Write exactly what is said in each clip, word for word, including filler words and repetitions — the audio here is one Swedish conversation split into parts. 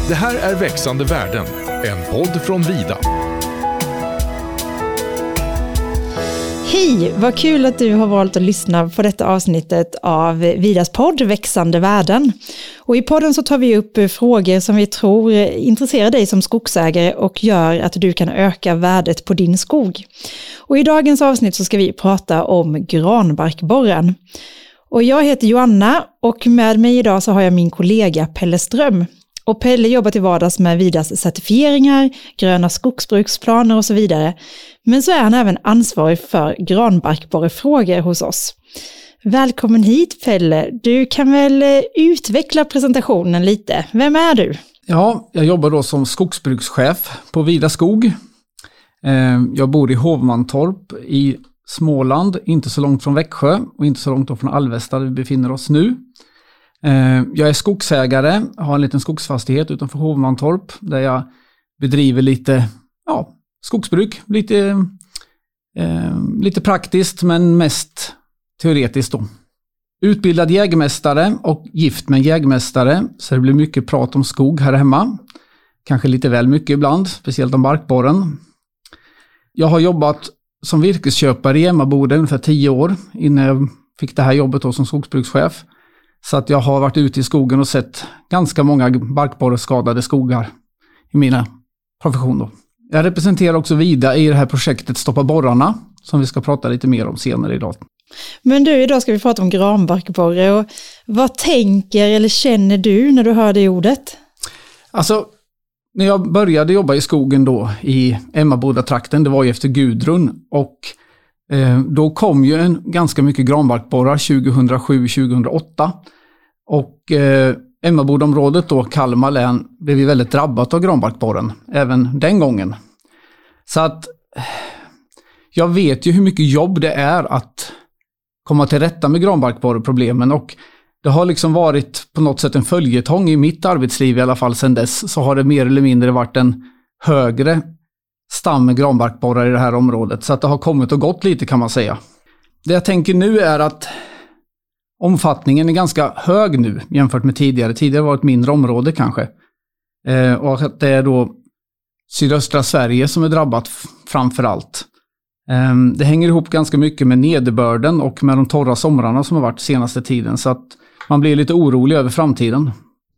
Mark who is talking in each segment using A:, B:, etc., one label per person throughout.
A: Det här är Växande värden, en podd från Vida.
B: Hej, vad kul att du har valt att lyssna på detta avsnittet av Vidas podd Växande värden. Och i podden så tar vi upp frågor som vi tror intresserar dig som skogsägare och gör att du kan öka värdet på din skog. Och i dagens avsnitt så ska vi prata om granbarkborren. Och jag heter Joanna och med mig idag så har jag min kollega Pelle Ström. Och Pelle jobbar till vardags med Vidas certifieringar, gröna skogsbruksplaner och så vidare. Men så är han även ansvarig för granbarkborrefrågor hos oss. Välkommen hit Pelle. Du kan väl utveckla presentationen lite. Vem är du?
C: Ja, jag jobbar då som skogsbrukschef på Vida skog. Jag bor i Hovmantorp i Småland, inte så långt från Växjö och inte så långt från Alvesta där vi befinner oss nu. Jag är skogsägare, har en liten skogsfastighet utanför Hovmantorp där jag bedriver lite ja, skogsbruk, lite, eh, lite praktiskt men mest teoretiskt då. Utbildad jägmästare och gift med en jägmästare, så det blir mycket prat om skog här hemma. Kanske lite väl mycket ibland, speciellt om barkborren. Jag har jobbat som virkesköpare i Emmaboda ungefär tio år innan jag fick det här jobbet då som skogsbrukschef. Så att jag har varit ute i skogen och sett ganska många barkborreskadade skogar i mina profession då. Jag representerar också Vida i det här projektet Stoppa borrarna som vi ska prata lite mer om senare idag.
B: Men du, idag ska vi prata om granbarkborre och vad tänker eller känner du när du hör det ordet?
C: Alltså, när jag började jobba i skogen då i Emmaboda-trakten, det var ju efter Gudrun och eh, då kom ju en ganska mycket granbarkborrar tjugohundrasju tjugohundraåtta och eh, Emmabodaområdet då, Kalmar län, blev ju väldigt drabbat av granbarkborren även den gången. Så att jag vet ju hur mycket jobb det är att komma till rätta med granbarkborreproblemen och det har liksom varit på något sätt en följetong i mitt arbetsliv i alla fall sedan dess, så har det mer eller mindre varit en högre stam med granbarkborrar i det här området, så att det har kommit och gått lite kan man säga. Det jag tänker nu är att omfattningen är ganska hög nu jämfört med tidigare. Tidigare var det ett mindre område kanske. Eh, och att det är då sydöstra Sverige som är drabbat f- framför allt. Eh, det hänger ihop ganska mycket med nederbörden och med de torra somrarna som har varit senaste tiden. Så att man blir lite orolig över framtiden.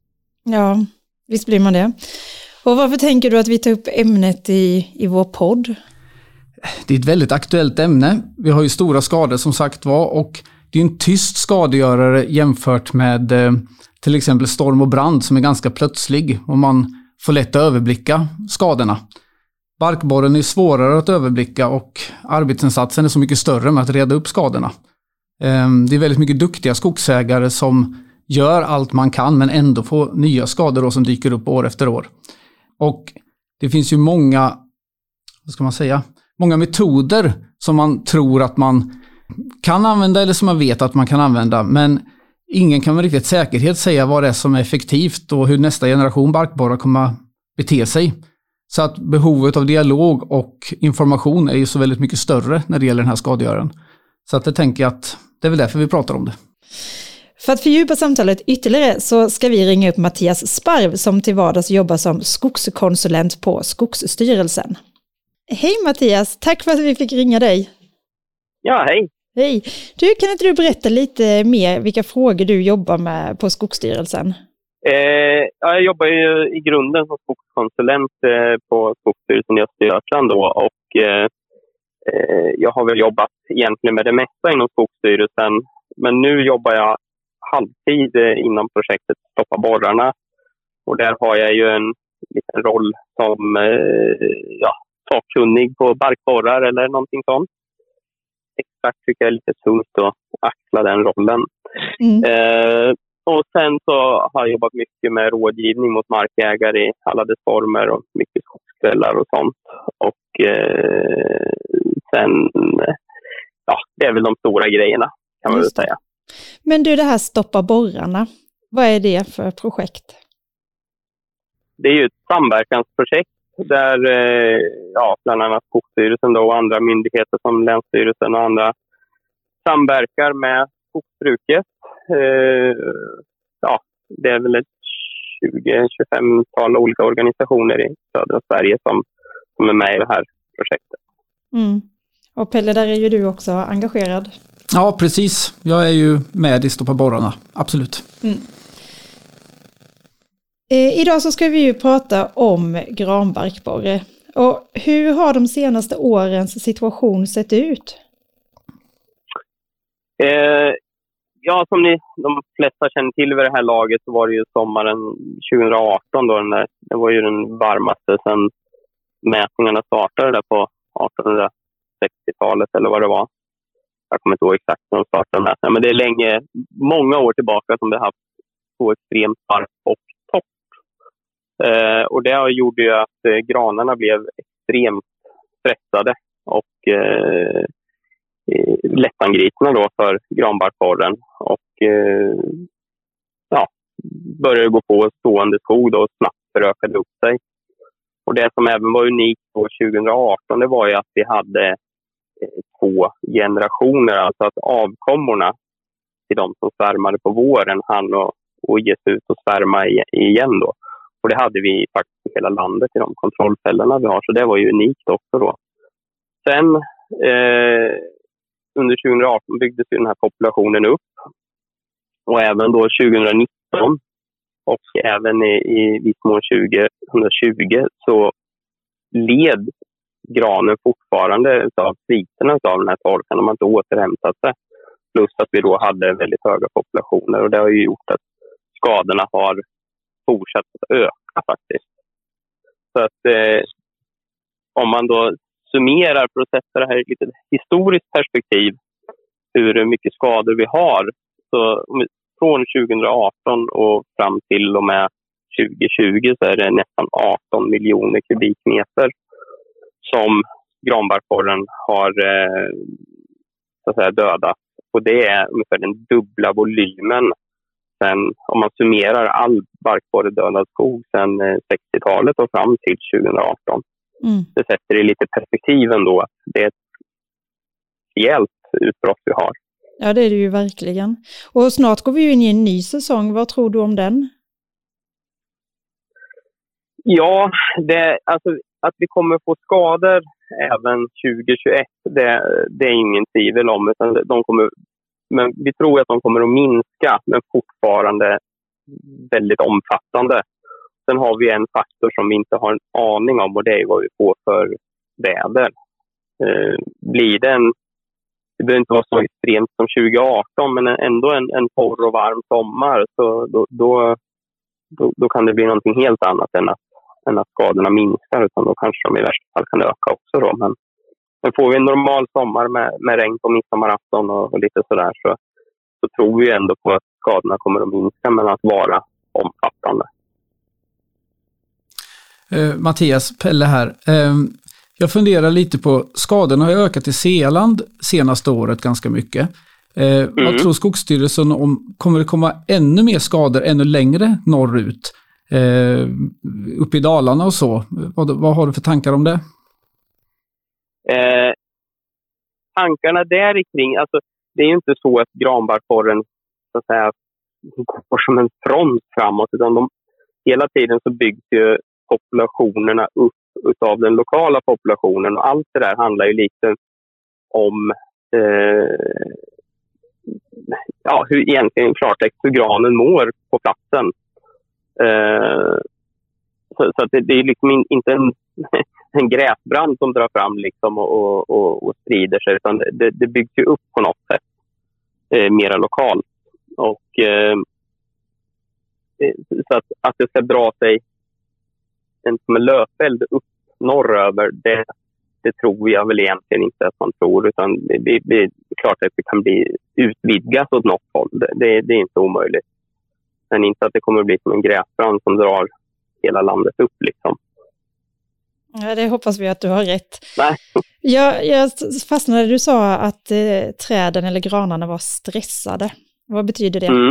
B: Ja, visst blir man det. Och varför tänker du att vi tar upp ämnet i, i vår podd?
C: Det är ett väldigt aktuellt ämne. Vi har ju stora skador som sagt var och det är en tyst skadegörare jämfört med eh, till exempel storm och brand som är ganska plötslig och man får lätt att överblicka skadorna. Barkborren är svårare att överblicka och arbetsinsatsen är så mycket större med att reda upp skadorna. Eh, det är väldigt mycket duktiga skogsägare som gör allt man kan men ändå får nya skador då som dyker upp år efter år. Och det finns ju många, vad ska man säga, många metoder som man tror att man kan använda eller som man vet att man kan använda, men ingen kan med riktigt säkerhet säga vad det är som är effektivt och hur nästa generation barkborrar kommer bete sig. Så att behovet av dialog och information är ju så väldigt mycket större när det gäller den här skadegöraren. Så att jag tänker att det är väl därför vi pratar om det.
B: För att fördjupa samtalet ytterligare så ska vi ringa upp Mattias Sparv som till vardags jobbar som skogskonsulent på Skogsstyrelsen. Hej Mattias, tack för att vi fick ringa dig.
D: Ja, hej.
B: Hej. Du, kan inte du berätta lite mer vilka frågor du jobbar med på Skogsstyrelsen?
D: Eh, jag jobbar ju i grunden som skogskonsulent eh, på Skogsstyrelsen i Östergötland då och eh, jag har väl jobbat egentligen med det mesta inom Skogsstyrelsen. Men nu jobbar jag halvtid eh, inom projektet Stoppa borrarna och där har jag ju en liten roll som eh, ja, sakkunnig på barkborrar eller någonting sånt. Exakt tycker jag är lite tungt att axla den rollen. Mm. Eh, och sen så har jag jobbat mycket med rådgivning mot markägare i alla dess former och mycket skogskvällar och sånt. Och eh, sen, ja, det är väl de stora grejerna kan man väl säga.
B: Men du, det här Stoppa borrarna, vad är det för projekt?
D: Det är ju ett samverkansprojekt där ja, bland annat Skogsstyrelsen då och andra myndigheter som Länsstyrelsen och andra samverkar med skogsbruket. Eh, ja, det är väl ett tjugo till tjugofem olika organisationer i södra Sverige som, som är med i det här projektet.
B: Mm. Och Pelle, där är ju du också engagerad.
C: Ja, precis. Jag är ju med i Stoppa borrarna, absolut.
B: Mm. Eh, idag så ska vi ju prata om granbarkborre. Och hur har de senaste årens situation sett ut?
D: Eh, ja, som ni, de flesta känner till vid det här laget så var det ju sommaren tjugo arton då. Den där, det var ju den varmaste sedan mätningarna startade där på artonhundrasextiotalet eller vad det var. Jag kommer inte ihåg exakt när de startade mätningarna, men det är länge, många år tillbaka som det har haft så extremt varmt och torrt. Eh, och det gjorde ju att eh, granarna blev extremt stressade och eh, lättangripna då för granbarkborren och eh, ja, började gå på stående skog då och snabbt förökade upp sig. Och det som även var unikt då tjugo arton, det var ju att vi hade eh, två generationer, alltså att avkommorna till de som svärmade på våren hann och, och ge sig ut och svärma igen då. Och det hade vi faktiskt i hela landet i de kontrollfällorna vi har, så det var ju unikt också då. Sen eh, under tjugo arton byggdes ju den här populationen upp och även då tjugo nitton och även i, i viss mån tjugo tjugo så led granen fortfarande av sviterna av den här torkan. De har inte återhämtat sig. Plus att vi då hade väldigt höga populationer och det har ju gjort att skadorna har fortsatt att öka faktiskt. Så att eh, om man då summerar för att sätta det här i ett lite historiskt perspektiv hur mycket skador vi har, så från tjugo arton och fram till och med tjugo tjugo så är det nästan arton miljoner kubikmeter som granbarkborren har eh, så att säga dödat. Och det är ungefär den dubbla volymen sen, om man summerar all barkborre dödad skog sedan eh, sextiotalet och fram till tjugo arton. Mm. Det sätter det i lite perspektiv ändå att det är ett rejält utbrott vi har.
B: Ja, det är det ju verkligen. Och snart går vi ju in i en ny säsong. Vad tror du om den?
D: Ja, det, alltså, att vi kommer få skador även tjugo tjugoett, det, det är ingen tvivel om. Utan de kommer, men vi tror att de kommer att minska, men fortfarande väldigt omfattande. Sen har vi en faktor som vi inte har en aning om och det är vad vi får för väder. Eh, blir det en, det behöver inte vara så extremt som tjugo arton, men ändå en, en torr och varm sommar, så då, då, då, då kan det bli någonting helt annat än att, än att skadorna minskar, utan då kanske de i värsta fall kan öka också då. Men, men får vi en normal sommar med, med regn på midsommarafton och, och lite sådär, så, så tror vi ändå på att skadorna kommer att minska, men att vara omfattande.
C: Eh, Mattias, Pelle här. Eh, jag funderar lite på, skadorna har ökat i Seeland senaste året ganska mycket. Eh, mm. Vad tror Skogsstyrelsen om, kommer det komma ännu mer skador ännu längre norrut? Eh, uppe i Dalarna och så. Vad, vad har du för tankar om det?
D: Eh, tankarna där kring, alltså det är ju inte så att granbarkborren så att säga går som en front framåt, utan de, hela tiden så byggs ju populationerna upp utav den lokala populationen, och allt det där handlar ju lite om eh, ja, hur egentligen klartext hur granen mår på platsen. Eh, så, så att det, det är liksom in, inte en, en gräsbrand som drar fram liksom och, och, och, och sprider sig, utan det, det byggs ju upp på något sätt eh, mera lokalt. Och eh, så att, att det ska dra sig en som en löpeld upp norröver, det, det tror jag väl egentligen inte att man tror, utan det, det, det är klart att det kan bli utvidgat åt något håll. Det, det, det är inte omöjligt. Men inte att det kommer att bli som en gräsbrand som drar hela landet upp liksom.
B: Ja, det hoppas vi att du har rätt.
D: Nej.
B: Jag, jag fastnade, du sa att eh, träden eller granarna var stressade. Vad betyder det?
D: Mm.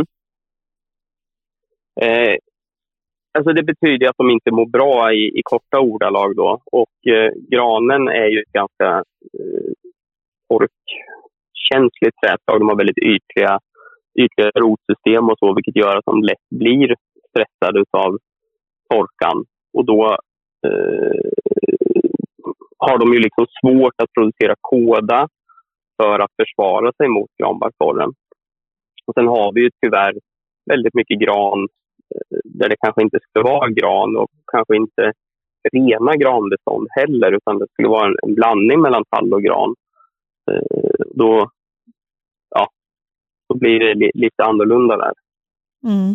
D: Eh, alltså det betyder att de inte mår bra i, i korta ordalag då. Och eh, granen är ju ett ganska eh, torkkänsligt trädslag. De har väldigt ytliga, ytliga rotsystem och så, vilket gör att de lätt blir stressade av torkan. Och då eh, har de ju liksom svårt att producera kåda för att försvara sig mot granbarkborren. Och sen har vi ju tyvärr väldigt mycket gran där det kanske inte skulle vara gran och kanske inte rena granbestånd heller, utan det skulle vara en blandning mellan tall och gran. Då, ja, då blir det lite annorlunda där.
B: Mm.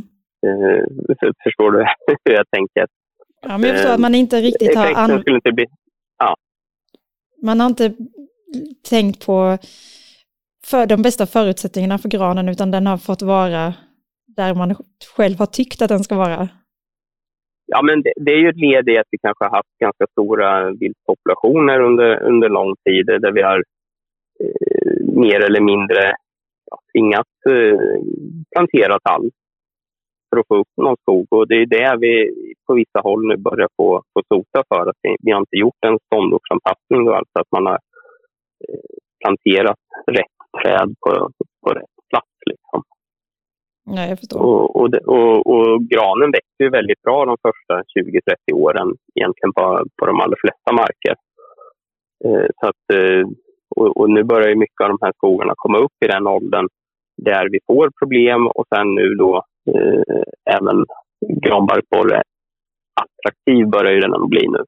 D: Förstår du hur jag tänker?
B: Ja, men jag förstår att man inte riktigt har... An...
D: skulle inte bli... ja.
B: Man har inte tänkt på för de bästa förutsättningarna för granen, utan den har fått vara där man själv har tyckt att den ska vara.
D: Ja, men det, det är ju ett led i att vi kanske har haft ganska stora viltpopulationer under, under lång tid där vi har eh, mer eller mindre ja, tvingat eh, plantera tall för att få upp någon skog. Och det är det vi på vissa håll nu börjar få, få sota för. Att vi, vi har inte gjort en ståndortsanpassning, alltså att man har eh, planterat rätt träd på, på rätt plats. Liksom.
B: Ja, jag förstår.
D: Och, och, och, och granen växer ju väldigt bra de första tjugo till trettio åren egentligen på, på de allra flesta marker. Eh, så att, eh, och, och nu börjar ju mycket av de här skogarna komma upp i den åldern där vi får problem, och sen nu då eh, även granbarkborre attraktiv börjar ju den att bli nu.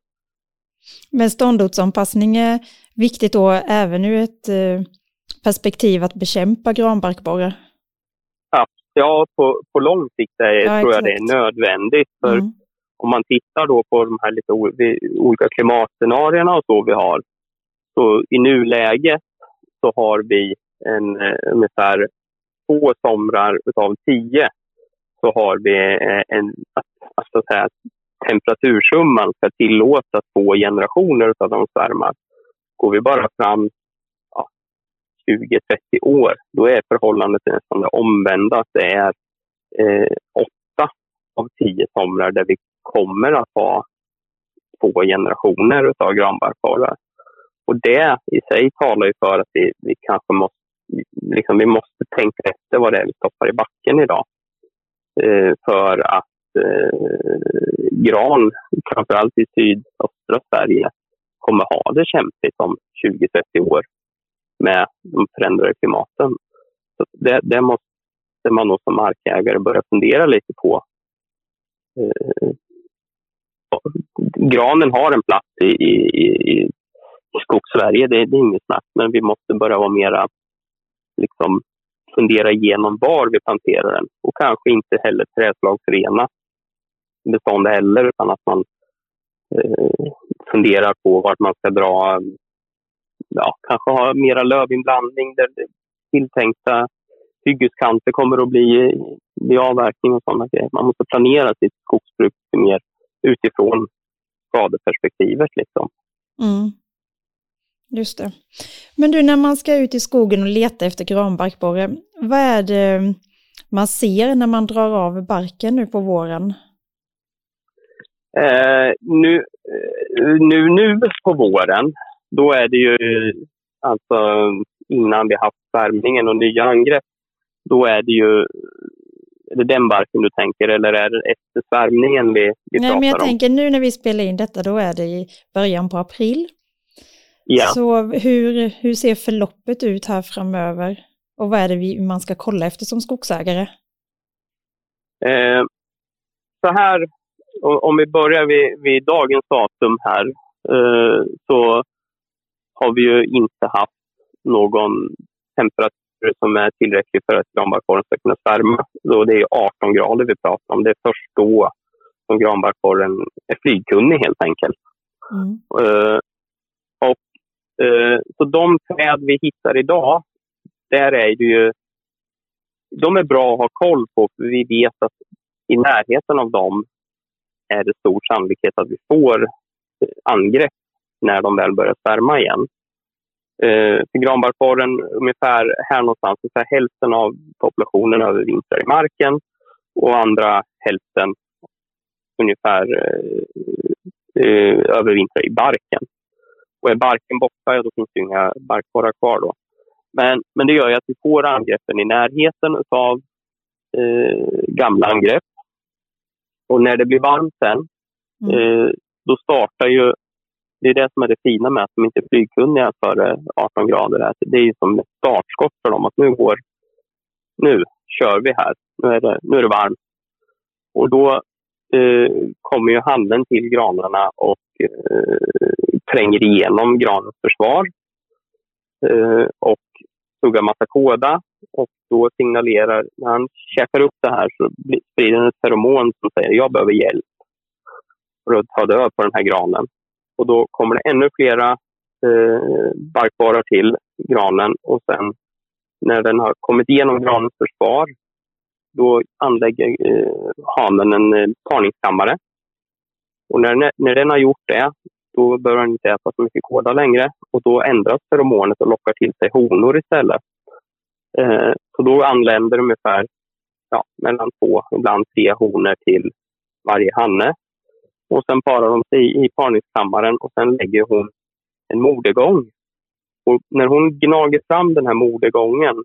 B: Men ståndortsanpassning är viktigt då även ur ett eh, perspektiv att bekämpa granbarkborre?
D: Ja, ja på, på lång sikt är,
B: ja,
D: tror
B: exakt.
D: jag det är nödvändigt. För
B: mm.
D: om man tittar då på de här lite olika klimatscenarierna och så vi har, så i nuläget så har vi en eh, ungefär två somrar utav tio så har vi en att, att, att säga, temperatursumman ska tillåta två generationer av de svärmar. Går vi bara fram ja, tjugo till trettio år, då är förhållandet nästan det omvända. Det är eh, åtta av tio somrar där vi kommer att ha två generationer av granbarkborrar. Och det i sig talar ju för att vi, vi kanske måste, liksom, vi måste tänka efter vad det är vi stoppar i backen idag. Eh, för att eh, gran, framförallt i sydöstra Sverige, kommer ha det kämpigt om tjugo till trettio år med de förändrade klimaten. Så det, det måste man nog som markägare börja fundera lite på. Eh, granen har en plats i, i, i Skogssverige, det, det är inget snack, men vi måste börja vara mera liksom fundera igenom var vi planterar den, och kanske inte heller trädslagsrena bestånd heller, utan att man eh, funderar på vart man ska dra, ja, kanske ha mera lövinblandning där tilltänkta hyggeskanter kommer att bli vid avverkning och sådana grejer. Man måste planera sitt skogsbruk mer utifrån skadeperspektivet liksom.
B: Mm. Just det. Men du, när man ska ut i skogen och leta efter granbarkborre, vad är det man ser när man drar av barken nu på våren?
D: Eh, nu, nu, nu på våren, då är det ju alltså innan vi haft värmningen och nya angrepp, då är det ju, är det den barken du tänker, eller är det efter svärmningen vi, vi
B: Nej,
D: pratar om?
B: men jag om? tänker nu när vi spelar in detta, då är det i början på april.
D: Ja.
B: Så hur, hur ser förloppet ut här framöver? Och vad är det vi, man ska kolla efter som skogsägare?
D: Eh, så här, om vi börjar vid, vid dagens datum här, eh, så har vi ju inte haft någon temperatur som är tillräcklig för att granbarkborren ska kunna svärma. Så det är arton grader vi pratar om. Det är först då som granbarkborren är flygkunnig helt enkelt. Mm. Eh, och eh, så de träd vi hittar idag, där är det ju, de är bra att ha koll på, för vi vet att i närheten av dem är det stor sannolikhet att vi får angrepp när de väl börjar svärma igen. Eh, för granbarkborren ungefär här någonstans, så här, hälften av populationen övervintrar i marken och andra hälften ungefär eh, övervintrar i barken. Och är barken borta, ja, då finns det inga barkborrar kvar då. Men, men det gör ju att vi får angreppen i närheten av eh, gamla angrepp. Och när det blir varmt sen, mm. eh, då startar ju, det är det som är det fina med att de inte är flygkunniga före arton grader. Här. Det är ju som ett startskott för dem att nu går, nu kör vi här, nu är det, nu är det varmt. Och då eh, kommer ju handen till granarna och eh, tränger igenom granens försvar eh, och tuggar massa kåda. Och då signalerar, när han käkar upp det här så sprider den ett feromon som säger jag behöver hjälp för att ta död på den här granen. Och då kommer det ännu flera eh, barkborrar till granen och sen när den har kommit igenom granens försvar då anlägger eh, hanen en eh, parningskammare. Och när, när den har gjort det då bör den inte äta så mycket kåda längre och då ändras feromonet och lockar till sig honor istället. Eh, så då anländer ungefär ja, mellan två, ibland tre honor till varje hanne. Och sen parar de sig i parningskammaren och sen lägger hon en modergång. Och när hon gnager fram den här modergången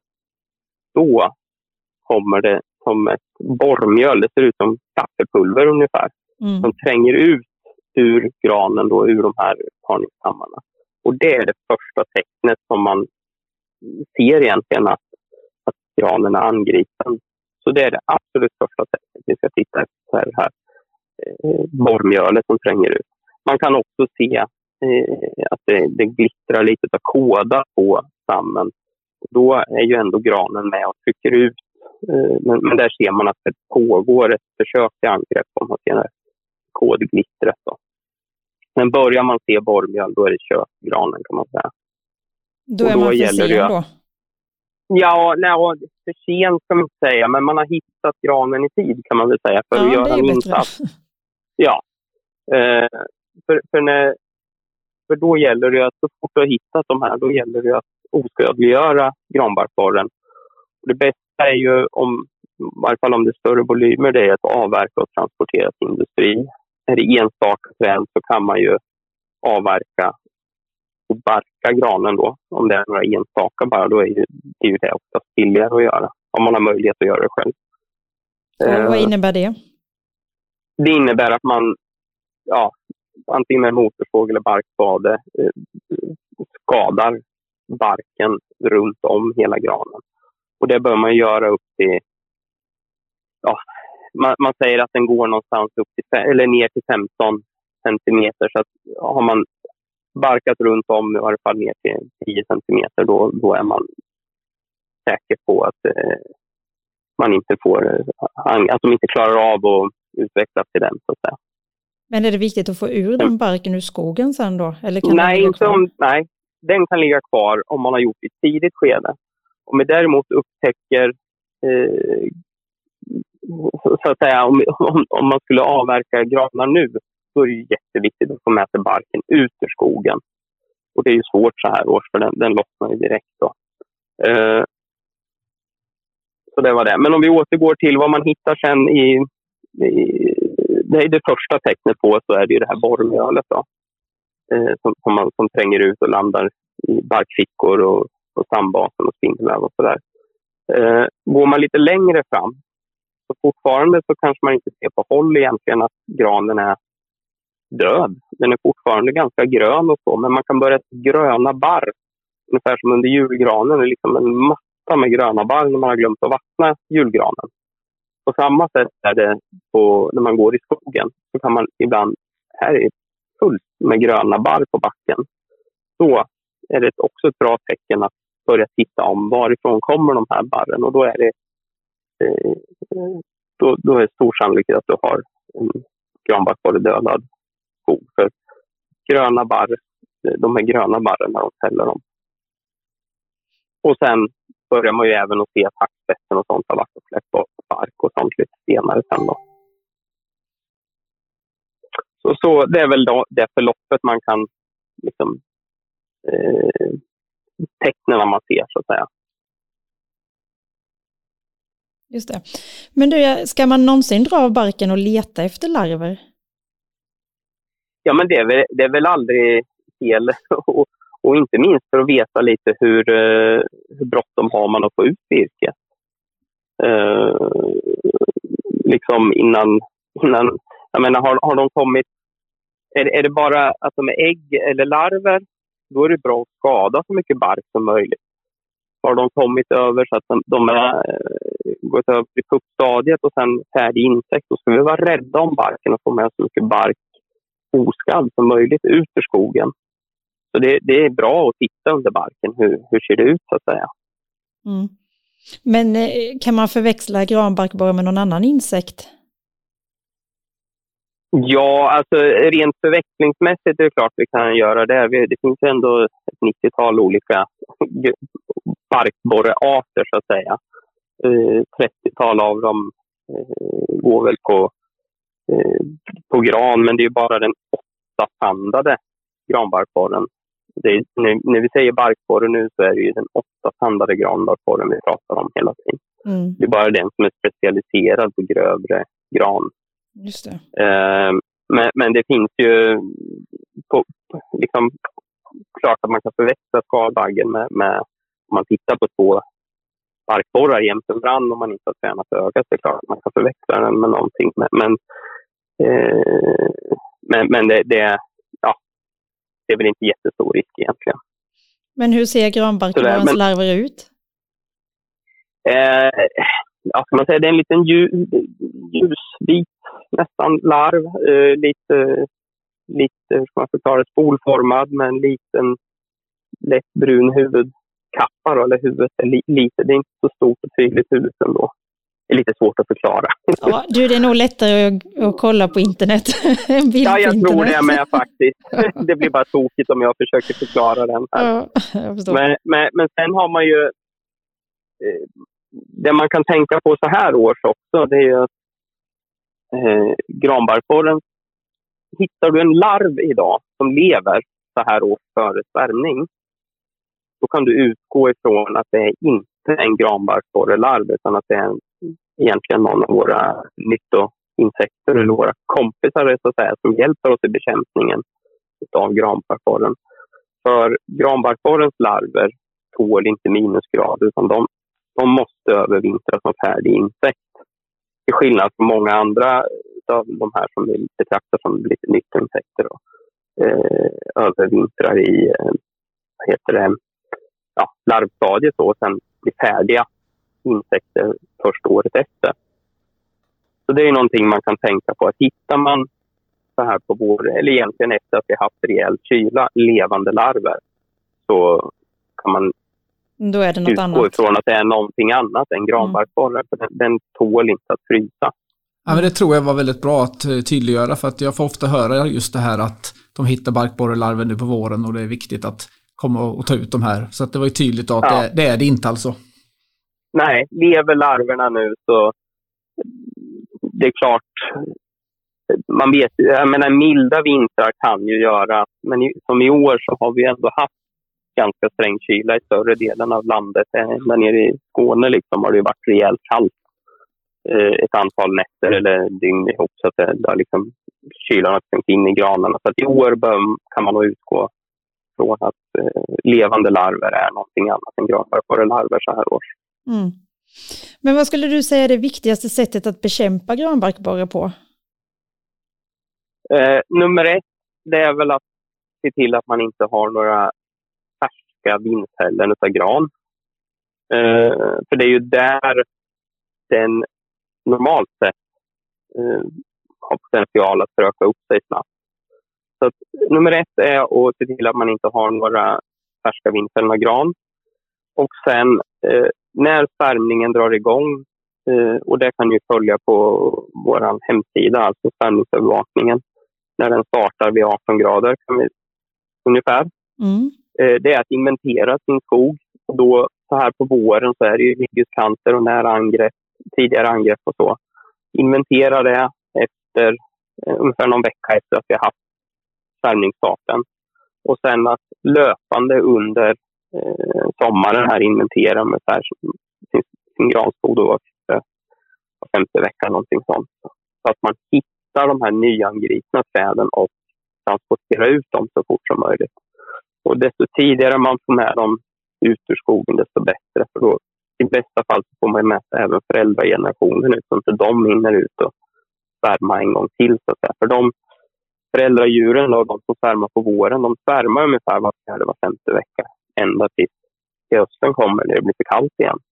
D: då kommer det som ett borrmjöl. Det ser ut som kaffepulver ungefär. Mm. Som tränger ut ur granen då, ur de här parningskammarna. Och det är det första tecknet som man ser egentligen att, att granen är angripen. Så det är det absolut första tecknet vi ska titta efter det här eh, borrmjölet som tränger ut. Man kan också se eh, att det, det glittrar lite av kåda på stammen. Och då är ju ändå granen med och trycker ut. Eh, men, men där ser man att det pågår ett försök till angrepp om man ser det här kodglittret då. Men börjar man se borrmjöl då är det köpgranen kan man säga.
B: Då är då man för sen då?
D: Ja, nej, för sent kan man inte säga. Men man har hittat granen i tid kan man väl säga. För
B: ja,
D: att göra en insats. Ja. Eh, för, för, när, för då gäller det att så fort du har hittat de här då gäller det att oskadliggöra granbarkborren. Och det bästa är ju om i varje fall om det är större volymer det är att avverka och transportera till industri. Är det enstaka träd så kan man ju avverka och barka granen då. Om det är några enstaka bara då är ju, det är ju det ofta billigare att göra. Om man har möjlighet att göra det själv.
B: Och vad innebär det?
D: Det innebär att man ja, antingen med motorsåg eller barkspade eh, skadar barken runt om hela granen. Och det bör man göra upp till ja, man, man säger att den går någonstans upp till eller ner till femton centimeter så att har man barkat runt om i varje fall ner till tio centimeter då, då är man säker på att eh, man inte får att de inte klarar av att utvecklas till den så att säga.
B: Men är det viktigt att få ur den barken ur skogen sen då? Eller kan
D: nej, inte om, nej, den kan ligga kvar om man har gjort det i ett tidigt skede. Om vi däremot upptäcker eh, så att säga om, om, om man skulle avverka granar nu så är det ju jätteviktigt att få med sig barken ut ur skogen. Och det är ju svårt så här års för den, den lossnar ju direkt då. Eh, så det var det. Men om vi återgår till vad man hittar sen i, i det är det första tecknet på så är det ju det här borrmjölet då. Eh, som, som, man, som tränger ut och landar i barkfickor och på stambasen och spindelväv och sådär. Eh, går man lite längre fram så fortfarande så kanske man inte ser på håll egentligen att granen är död. Den är fortfarande ganska grön och så, men man kan börja gröna barr. Ungefär som under julgranen, det är liksom en massa med gröna barr när man har glömt att vattna julgranen. På samma sätt är det på, när man går i skogen så kan man ibland, här är fullt med gröna barr på backen. Då är det också ett bra tecken att börja titta om varifrån kommer de här barren och då är det eh, då, då är det stor sannolikhet att du har en granbarkborre dödad skog. För gröna barr, de här gröna barren när de fäller dem. Och sen börjar man ju även att se att hackspetsen och sånt har varit och släppt bort bark och sånt lite senare sen då. Så, så det är väl då det förloppet man kan liksom eh, tecknen man ser så att säga.
B: Just det. Men du, ska man någonsin dra av barken och leta efter larver?
D: Ja, men det är väl, det är väl aldrig fel. och, och inte minst för att veta lite hur, hur bråttom har man att få ut virket. Uh, liksom innan innan, jag menar, har, har de kommit, är, är det bara att de är ägg eller larver, då är det bra att skada så mycket bark som möjligt. Har de kommit över så att de, de är gått över till puppstadiet och sen färdig insekt, då ska vi vara rädda om barken och få med så mycket bark oskadd som möjligt ut ur skogen. Så det, det är bra att titta under barken, hur, hur ser det ut så att säga.
B: Mm. Men kan man förväxla granbarkborre med någon annan insekt?
D: Ja, alltså rent förväxlingsmässigt är det klart vi kan göra det. Det finns ändå ett nittiotal olika barkborrearter så att säga. trettiotal av dem går väl på, på gran, men det är ju bara den åttatandade granbarkborren. Det är, när, när vi säger barkborre nu så är det ju den åttatandade granbarkborren vi pratar om hela tiden. Mm. Det är bara den som är specialiserad på grövre gran.
B: Just det.
D: Eh, men, men det finns ju på, liksom, klart att man kan förväxla skalbaggen med, med om man tittar på två barkborrar jämte varandra, om man inte har tränat ögat, så är det klart att man kan förväxla den med någonting. Men, men, eh, men, men det, det, ja, det är väl inte jättestor risk egentligen.
B: Men hur ser granbarkborrens larver ut?
D: Eh, ja, ska man säga, det är en liten ljus, ljusvit nästan larv, eh, lite, lite, hur ska man förklara, spolformad med en liten lätt brun huvudkappa, eller huvudet är li, lite, det är inte så stort och tydligt huvud ändå. Det är lite svårt att förklara.
B: Ja, du, det är nog lättare att, att kolla på internet. En bild
D: ja, jag
B: på internet.
D: tror det med faktiskt. Det blir bara tokigt om jag försöker förklara den här.
B: Ja, jag förstår.
D: Men, men, men sen har man ju eh, det man kan tänka på så här års också, det är ju att eh, granbarkborren, hittar du en larv idag som lever så här års före svärmning, då kan du utgå ifrån att det är inte en granbarkborrelarv, utan att det är en, egentligen någon av våra nyttoinsekter eller våra kompisar så att säga, som hjälper oss i bekämpningen av granbarkborren. För granbarkborrens larver tål inte minusgrad, utan de De måste övervintra som färdig insekt. Till skillnad från många andra av de här som vi betraktar som lite nyttoinsekter. Eh, övervintrar i eh, vad heter det, ja, larvstadiet och sen blir färdiga insekter först året efter. Så det är någonting man kan tänka på. Att hittar man så här på vår, eller egentligen efter att vi haft rejäl kyla, levande larver, så kan man
B: Då är det något
D: utgå
B: annat.
D: ifrån att det är någonting annat än granbarkborre. För den, den tål inte att frysa.
C: Ja, men det tror jag var väldigt bra att tydliggöra, för att jag får ofta höra just det här att de hittar barkborrelarver nu på våren och det är viktigt att komma och ta ut de här. Så att det var ju tydligt att ja. det, det är det inte alltså.
D: Nej, lever larverna nu så det är klart, man vet, jag menar milda vintrar kan ju göra, men i, som i år så har vi ändå haft ganska sträng kyla i större delen av landet. Där nere i Skåne liksom har det varit rejält kallt eh, ett antal nätter eller dygn ihop, så att det, det har liksom, kylan har trängt in i granarna. Så att i år bör, kan man nog utgå från att eh, levande larver är någonting annat än granbarkborrelarver så här års.
B: Mm. Men vad skulle du säga är det viktigaste sättet att bekämpa granbarkborre på?
D: Eh, nummer ett, det är väl att se till att man inte har några färska vindfällen utav gran. Eh, för det är ju där den normalt sett eh, har potential att föröka upp sig snabbt. Så att, nummer ett är att se till att man inte har några färska vindfällen av gran. Och sen eh, när svärmningen drar igång, eh, och det kan ju följa på vår hemsida, alltså svärmningsövervakningen, när den startar vid arton grader kan vi, ungefär. Mm. Eh, det är att inventera sin skog. Och då så här på våren så är det ju ligghuskanter och nära angrepp, tidigare angrepp och så. Inventera det efter eh, ungefär någon vecka efter att vi har haft svärmningsstarten. Och sen att löpande under eh, sommaren här inventera med så här, sin, sin granskog då var femte veckan någonting sånt. Så att man hittar de här nyangripna träden och transporterar ut dem så fort som möjligt. Och desto tidigare man får med dem ut ur skogen desto bättre. För då i bästa fall så får man mäta även föräldragenerationen ut så inte de hinner ut och svärma en gång till. Så att säga. För de föräldradjuren och de som svärmar på våren, de svärmar ungefär var fjärde, var femte vecka. Ända tills till hösten kommer när det blir för kallt igen.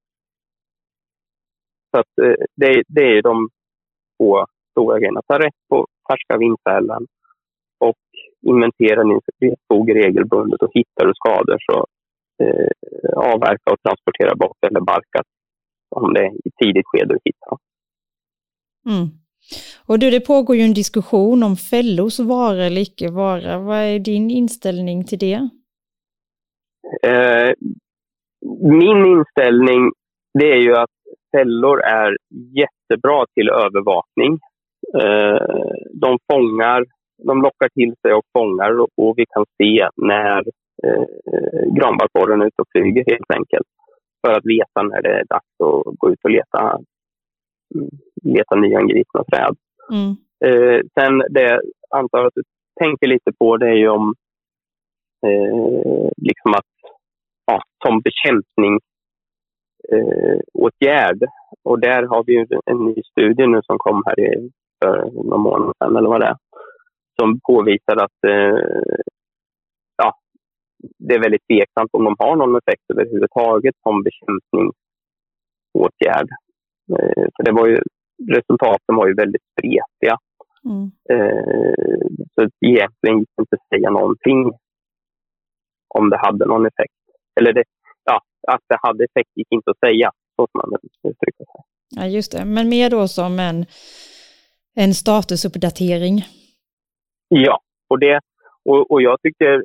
D: Så att eh, det, det är de två stora grejerna. Ta rätt på färska vindfällen och inventera din skog regelbundet, och hittar du skador så eh, avverka och transportera bort eller barka om det är i tidigt skede du hittar.
B: Mm. Och du, det pågår ju en diskussion om fällors vara eller icke vara. Vad är din inställning till det?
D: Eh, min inställning det är ju att fällor är jättebra till övervakning. Eh, de fångar, de lockar till sig och fångar, och vi kan se när eh, granbarkborren är ute och flyger helt enkelt. För att veta när det är dags att gå ut och leta, leta nyangripna träd.
B: Mm.
D: Eh, sen det antar att du tänker lite på det är ju om eh, liksom att ja, som bekämpning eh, åtgärd. Och där har vi ju en ny studie nu som kom här i, för några månader sedan eller vad det är, som påvisar att eh, ja, det är väldigt tveksamt om de har någon effekt överhuvudtaget som bekämpningsåtgärd. Eh, för det var ju, resultaten var ju väldigt spretiga.
B: Mm.
D: Eh, så egentligen gick det inte att säga någonting om det hade någon effekt. Eller det, ja, att det hade effekt gick inte att säga, så som man uttrycker sig.
B: Ja, just det. Men mer då som en, en statusuppdatering.
D: Ja, och, det, och, och jag tycker,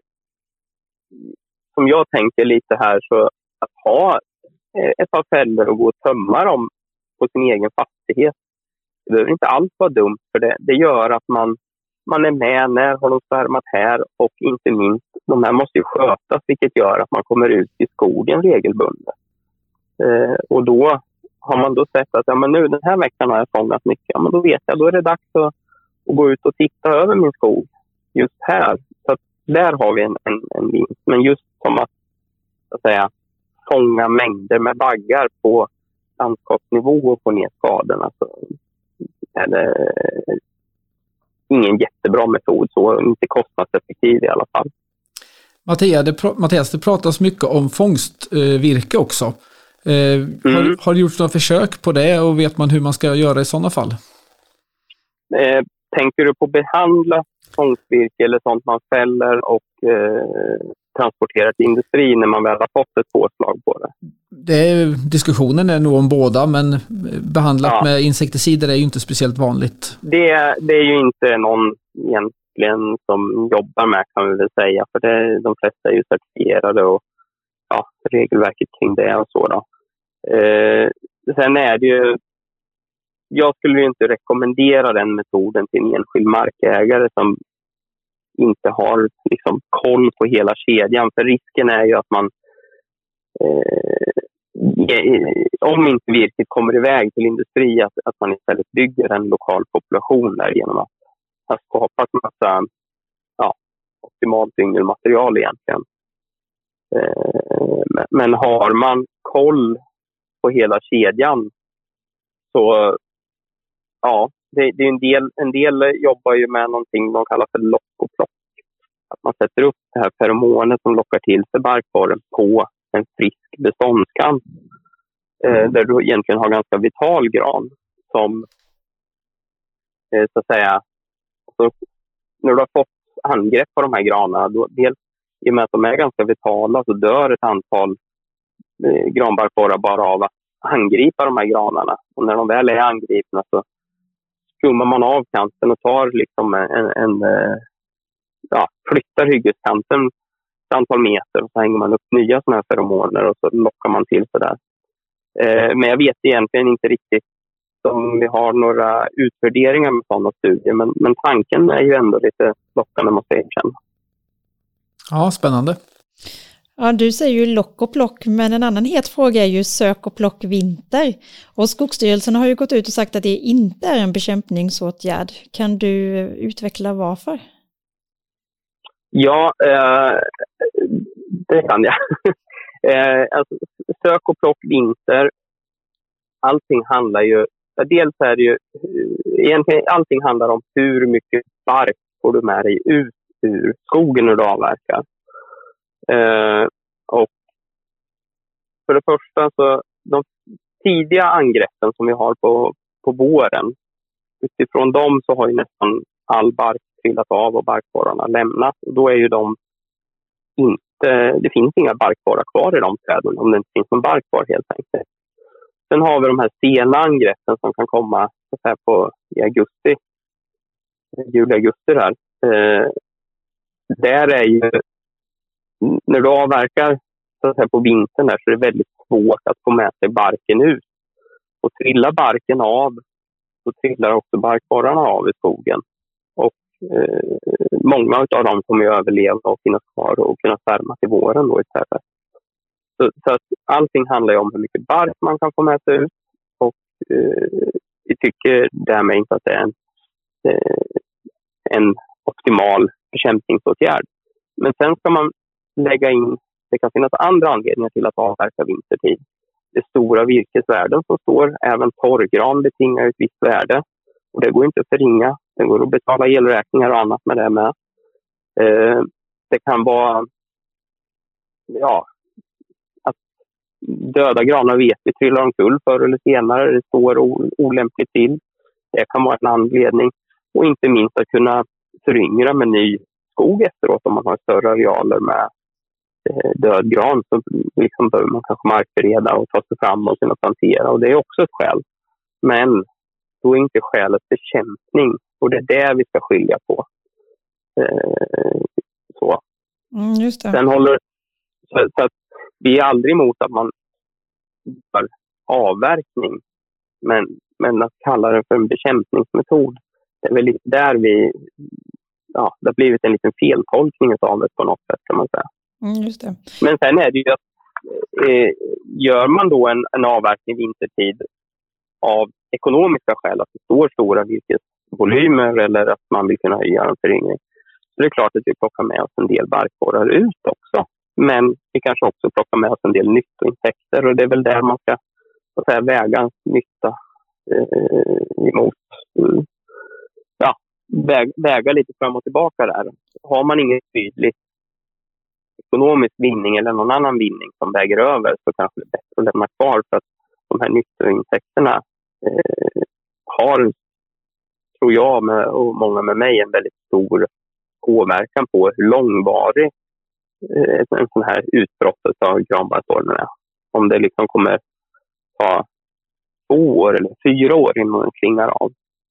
D: som jag tänker lite här, så att ha ett par fällor och gå och tömma dem på sin egen fastighet, det behöver inte alls vara dumt, för det, det gör att man, man är med när har de svärmat här, och inte minst, de här måste ju skötas, vilket gör att man kommer ut i skogen regelbundet. Eh, och då har man då sett att ja, men nu den här veckan har jag fångat mycket, ja, men då vet jag, då är det dags att, att gå ut och titta över min skog just här. Så att där har vi en, en, en vinst. Men just som att, så att säga, fånga mängder med baggar på landskapsnivå och få ner skadorna, så är det ingen jättebra metod, så inte kostnadseffektiv i alla fall.
C: Mattias, det, pr- Mattias, det pratas mycket om fångstvirke eh, också. Eh, mm. har, har du gjort några försök på det, och vet man hur man ska göra i sådana fall?
D: Eh, tänker du på behandla fångstvirke eller sånt man fäller och eh, transporterar till industrin när man väl har fått ett påslag på det?
C: Det är, diskussionen är nog om båda, men behandlat ja. med insekticider är ju inte speciellt vanligt.
D: Det, det är ju inte någon egentligen som jobbar med, kan vi väl säga, för det, de flesta är ju certifierade och ja, regelverket kring det och så då. Eh, sen är det ju, jag skulle ju inte rekommendera den metoden till en enskild markägare som inte har liksom koll på hela kedjan, för risken är ju att man eh, om inte virket kommer iväg till industri, att, att man istället bygger en lokal population där genom att ha skapat massa ja, optimalt yngelmaterial egentligen. Eh, men, men har man koll på hela kedjan, så ja, det, det är en del, en del jobbar ju med någonting de kallar för lock och plock. Att man sätter upp det här feromonet som lockar till sig barkborren på en frisk beståndskant. Eh, där du egentligen har ganska vital gran som eh, så att säga, så, när du har fått angrepp på de här granarna, då, dels i och med att de är ganska vitala, så dör ett antal eh, granbarkborrar bara av att angripa de här granarna. Och när de väl är angripna så skummar man av kanten och tar liksom en, en, en ja, flyttar hyggeskanten ett antal meter, och så hänger man upp nya sådana här feromoner och så lockar man till så där. Eh, men jag vet egentligen inte riktigt om vi har några utvärderingar med sådana studier, men, men tanken är ju ändå lite lockande, måste jag erkänna.
C: Ja, spännande.
B: Ja, du säger ju lock och plock, men en annan het fråga är ju sök och plock vinter. Och Skogsstyrelsen har ju gått ut och sagt att det inte är en bekämpningsåtgärd. Kan du utveckla varför?
D: Ja, eh, det kan jag. eh, alltså, sök och plock vinter, allting handlar ju dels är det ju, egentligen allting handlar om hur mycket bark får du med dig ut ur skogen när du avverkar. Eh, och för det första så de tidiga angreppen som vi har på, på våren, utifrån dem så har ju nästan all bark trillat av och barkborrarna lämnat. Och då är ju de inte, det finns inga barkborrar kvar i de träden om det inte finns någon bark kvar helt enkelt. Sen har vi de här sena angreppen som kan komma så här på i augusti, juli-augusti här. Eh, där är ju, när du avverkar så att säga, på vintern där, så är det väldigt svårt att få med sig barken ut. Och trillar barken av så trillar också barkborrarna av i skogen. Och eh, många av dem kommer ju överleva och finnas kvar och kunna färma till våren då istället. Så, så att allting handlar ju om hur mycket bark man kan få med sig ut. Och eh, vi tycker därmed inte att det är en, eh, en optimal bekämpningsåtgärd. Men sen ska man lägga in, det kan finnas andra anledningar till att avverka vintertid. Det är stora virkesvärden som står, även torrgran betingar ett visst värde. Och det går inte att förringa, det går att betala elräkningar och annat med det med. Eh, det kan vara, ja, att döda granar vet vi trillar omkull förr eller senare, det står olämpligt till. Det kan vara en anledning. Och inte minst att kunna föryngra med ny skog efteråt om man har större arealer med död gran, så liksom behöver man kanske markbereda och ta sig fram och kunna plantera, och det är också ett skäl. Men då är inte skälet bekämpning, och det är det vi ska skilja på. Eh, så.
B: Mm, just det.
D: Sen håller, så, så att vi är aldrig emot att man gör avverkning, men, men att kalla det för en bekämpningsmetod, det är väl lite där vi, ja, det har blivit en liten feltolkning av det på något sätt, kan man säga.
B: Mm, just det.
D: Men sen är det ju att eh, gör man då en, en avverkning vintertid av ekonomiska skäl, att det står stora virkesvolymer eller att man vill kunna göra en föryngring, så det är klart att vi plockar med oss en del barkborrar ut också. Men vi kanske också plockar med oss en del nyttointäkter, och det är väl där man ska så att säga, väga nytta eh, emot. Mm. Ja, väg, väga lite fram och tillbaka där. Har man inget tydligt ekonomisk vinning eller någon annan vinning som väger över, så kanske det är bättre att lämna kvar, för att de här nyttointäkterna eh, har, tror jag med, och många med mig, en väldigt stor påverkan på hur långvarig eh, en sån här utbrott av granbarkborren är. Om det liksom kommer ta två år eller fyra år innan den klingar av.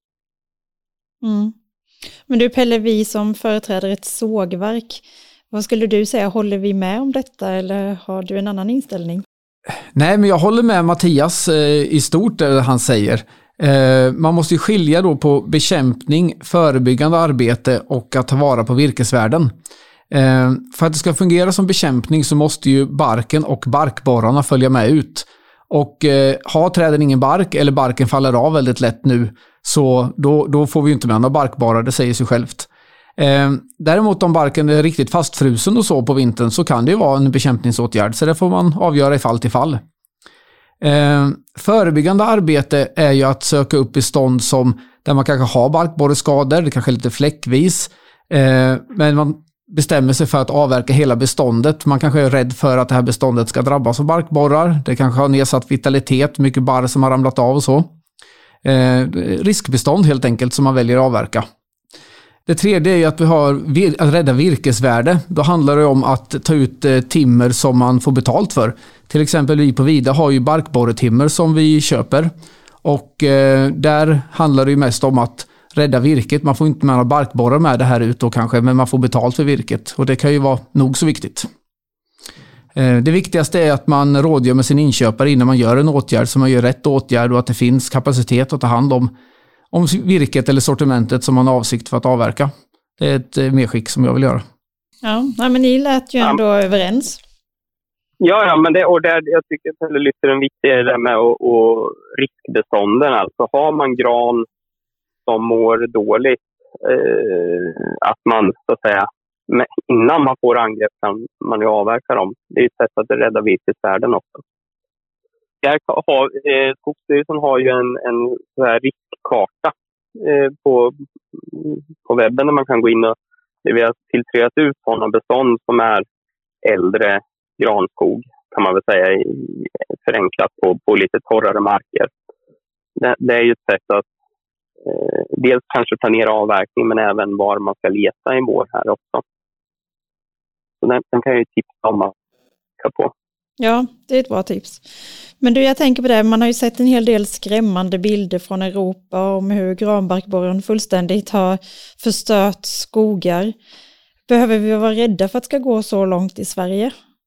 B: Mm. Men du Pelle, vi som företräder ett sågverk, vad skulle du säga, håller vi med om detta eller har du en annan inställning?
C: Nej, men jag håller med Mattias eh, i stort det han säger. Eh, man måste ju skilja då på bekämpning, förebyggande arbete och att ta vara på virkesvärden. Eh, för att det ska fungera som bekämpning så måste ju barken och barkborrarna följa med ut. Och eh, har träden ingen bark eller barken faller av väldigt lätt nu, så då, då får vi ju inte med några barkborrar, det säger sig självt. Eh, däremot om barken är riktigt fastfrusen och så på vintern, så kan det ju vara en bekämpningsåtgärd, så det får man avgöra i fall till fall. Eh, förebyggande arbete är ju att söka upp bestånd som, där man kanske har barkborreskador, det kanske är lite fläckvis, eh, men man bestämmer sig för att avverka hela beståndet. Man kanske är rädd för att det här beståndet ska drabbas av barkborrar, det kanske har nedsatt vitalitet, mycket barr som har ramlat av och så. Eh, riskbestånd helt enkelt som man väljer att avverka. Det tredje är att vi har att rädda virkesvärde. Då handlar det om att ta ut timmer som man får betalt för. Till exempel vi på Vida har ju barkborretimmer som vi köper. Och eh, där handlar det ju mest om att rädda virket. Man får inte med några barkborrar med det här ut då kanske, men man får betalt för virket. Och det kan ju vara nog så viktigt. Eh, det viktigaste är att man rådgör med sin inköpare innan man gör en åtgärd, så man gör rätt åtgärd och att det finns kapacitet att ta hand om om virket eller sortimentet som man har avsikt för att avverka. Det är ett medskick som jag vill göra.
B: Ja, men ni lät ju ändå ja. överens.
D: Ja, ja, men det, och där, jag tycker att det lyfter en viktig det med och, och riskbestånden. Alltså har man gran som mår dåligt, eh, att man så att säga, innan man får angrepp kan man ju avverka dem. Det är ett sätt att rädda virkesvärden också. där har, eh, Skogsstyrelsen har ju en, en så här riskkarta eh, på, på webben där man kan gå in och vi har filtrerat ut sådana bestånd som är äldre granskog, kan man väl säga, i, förenklat på, på lite torrare marker. Det, det är ju ett sätt att eh, dels kanske planera avverkning, men även var man ska leta i vår här också. Så den, den kan jag ju tipsa om att ta på.
B: Ja, det är ett bra tips. Men du, jag tänker på det, man har ju sett en hel del skrämmande bilder från Europa om hur granbarkborren fullständigt har förstört skogar. Behöver vi vara rädda för att det ska gå så långt i Sverige?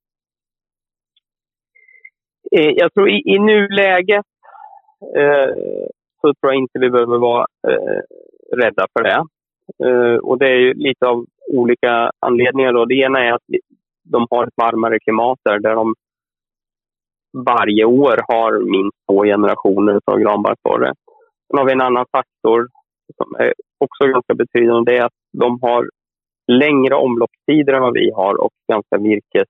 D: Jag tror i, i nuläget eh, så tror jag inte vi behöver vara eh, rädda för det. Eh, och det är ju lite av olika anledningar då. Det ena är att de har ett varmare klimat där, där de varje år har minst två generationer av granbarkborre. Sen har vi en annan faktor som är också ganska betydande. Det är att de har längre omloppstider än vad vi har och ganska virkestäta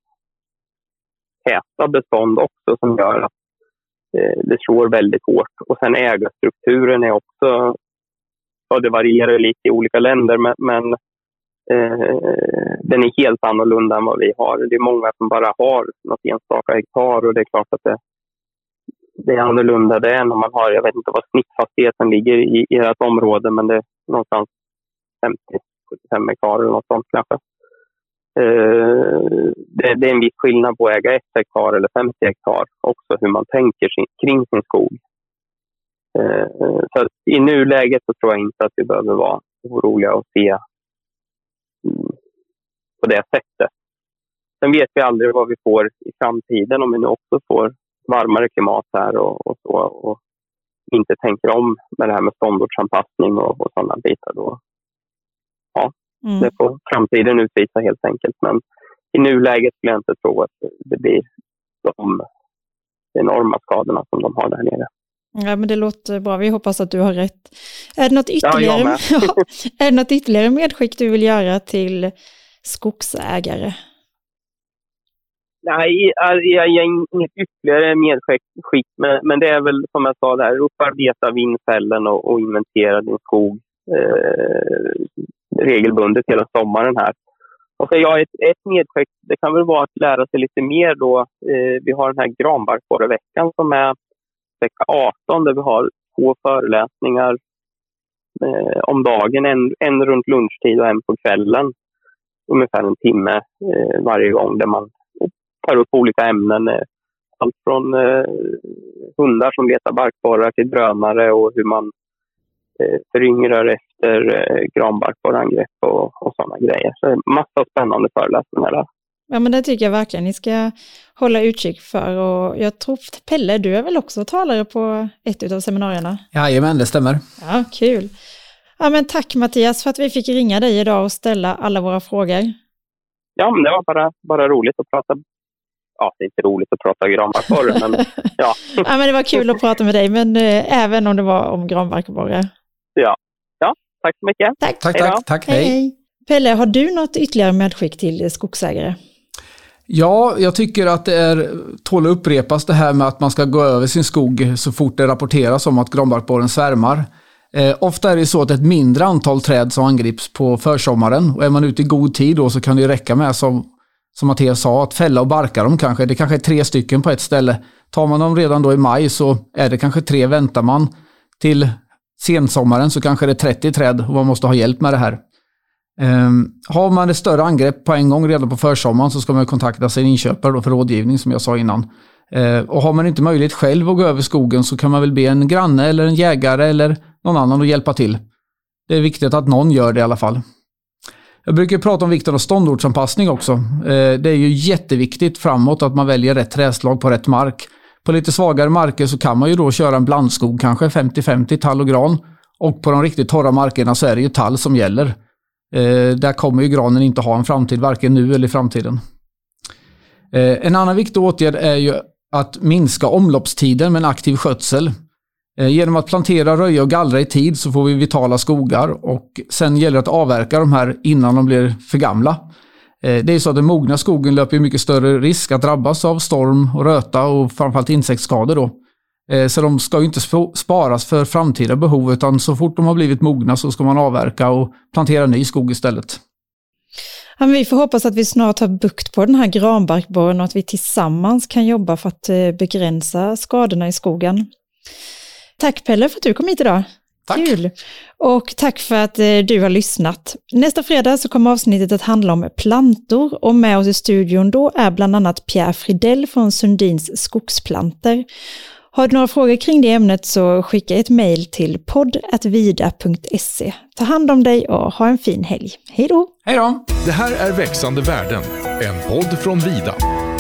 D: bestånd också, som gör att eh, det slår väldigt hårt. Och sen ägarstrukturen är också, ja, det varierar lite i olika länder, men, men eh, den är helt annorlunda än vad vi har. Det är många som bara har något enstaka hektar, och det är klart att det, det är annorlunda det än om man har, jag vet inte vad snittfastigheten ligger i, i ert område, men det är någonstans femtio till sjuttiofem hektar eller något sånt kanske. Uh, det, det är en viss skillnad på att äga ett hektar eller femtio hektar, också hur man tänker sin, kring sin skog. Uh, så i nuläget så tror jag inte att vi behöver vara oroliga och se mm, på det sättet. Sen vet vi aldrig vad vi får i framtiden, om vi nu också får varmare klimat här och, och så, och inte tänker om med det här med ståndortsanpassning och, och sådana bitar då. Ja, mm. Det får framtiden utvisa helt enkelt. Men i nuläget skulle jag inte tro att det blir de enorma skadorna som de har där nere.
B: Ja, men det låter bra. Vi hoppas att du har rätt. Är det något ytterligare,
D: ja,
B: är det något ytterligare medskick du vill göra till skogsägare?
D: Nej, jag ger inget ytterligare medskick, men, men det är väl som jag sa där, upparbeta vindfällen och, och inventera din skog eh, regelbundet hela sommaren här. Och så jag ett, ett medskick, det kan väl vara att lära sig lite mer då. Eh, vi har den här granbarkborreveckan som är vecka arton, där vi har två föreläsningar eh, om dagen, en, en runt lunchtid och en på kvällen. Ungefär en timme eh, varje gång, där man tar upp olika ämnen. Eh, allt från eh, hundar som letar barkborrar till drönare, och hur man eh, föryngrar efter eh, granbarkborreangrepp och, och sådana grejer. Så massa spännande föreläsningar där.
B: Ja, men det tycker jag verkligen ni ska hålla utkik för. Och jag tror, Pelle, du är väl också talare på ett av seminarierna?
C: Jajamän, det stämmer.
B: Ja, kul. Ja, men tack Mattias för att vi fick ringa dig idag och ställa alla våra frågor.
D: Ja, men det var bara, bara roligt att prata. Ja, det är inte roligt att prata granbarkborre, men ja.
B: Ja, men det var kul att prata med dig, men eh, även om det var om granbarkborre.
D: Ja, ja, tack så mycket.
B: Tack,
C: tack, tack, tack. Hej.
B: Hej. Pelle, har du något ytterligare medskick till skogsägare?
C: Ja, jag tycker att det är tål att upprepas det här med att man ska gå över sin skog så fort det rapporteras om att granbarkborren svärmar. Eh, ofta är det så att ett mindre antal träd som angrips på försommaren, och är man ute i god tid då så kan det räcka med, som, som Mattias sa, att fälla och barka dem kanske. Det kanske är tre stycken på ett ställe. Tar man dem redan då i maj så är det kanske tre. Väntar man till sensommaren så kanske det är trettio träd, och man måste ha hjälp med det här. Um, har man ett större angrepp på en gång redan på försommaren så ska man kontakta sin inköpare då för rådgivning, som jag sa innan. Uh, och har man inte möjlighet själv att gå över skogen så kan man väl be en granne eller en jägare eller någon annan att hjälpa till. Det är viktigt att någon gör det i alla fall. Jag brukar prata om vikten av ståndortsanpassning också. Uh, det är ju jätteviktigt framåt att man väljer rätt trädslag på rätt mark. På lite svagare marker så kan man ju då köra en blandskog, kanske femtio femtio tall och gran. Och på de riktigt torra markerna så är det ju tall som gäller. Eh, där kommer ju granen inte ha en framtid, varken nu eller i framtiden. Eh, en annan viktig åtgärd är ju att minska omloppstiden med en aktiv skötsel. Eh, genom att plantera, röja och gallra i tid så får vi vitala skogar, och sen gäller det att avverka de här innan de blir för gamla. Det är så att den mogna skogen löper mycket större risk att drabbas av storm och röta och framförallt insektsskador då. Så de ska ju inte sparas för framtida behov, utan så fort de har blivit mogna så ska man avverka och plantera ny skog istället.
B: Ja, vi får hoppas att vi snart har bukt på den här granbarkborren och att vi tillsammans kan jobba för att begränsa skadorna i skogen. Tack Pelle för att du kom hit idag.
C: Tack.
B: Kul. Och tack för att du har lyssnat. Nästa fredag så kommer avsnittet att handla om plantor, och med oss i studion då är bland annat Pierre Fridell från Sundins skogsplanter. Har du några frågor kring det ämnet så skicka ett mejl till podd at vida punkt se. Ta hand om dig och ha en fin helg. Hej då!
C: Hej då!
A: Det här är Växande värden, en podd från Vida.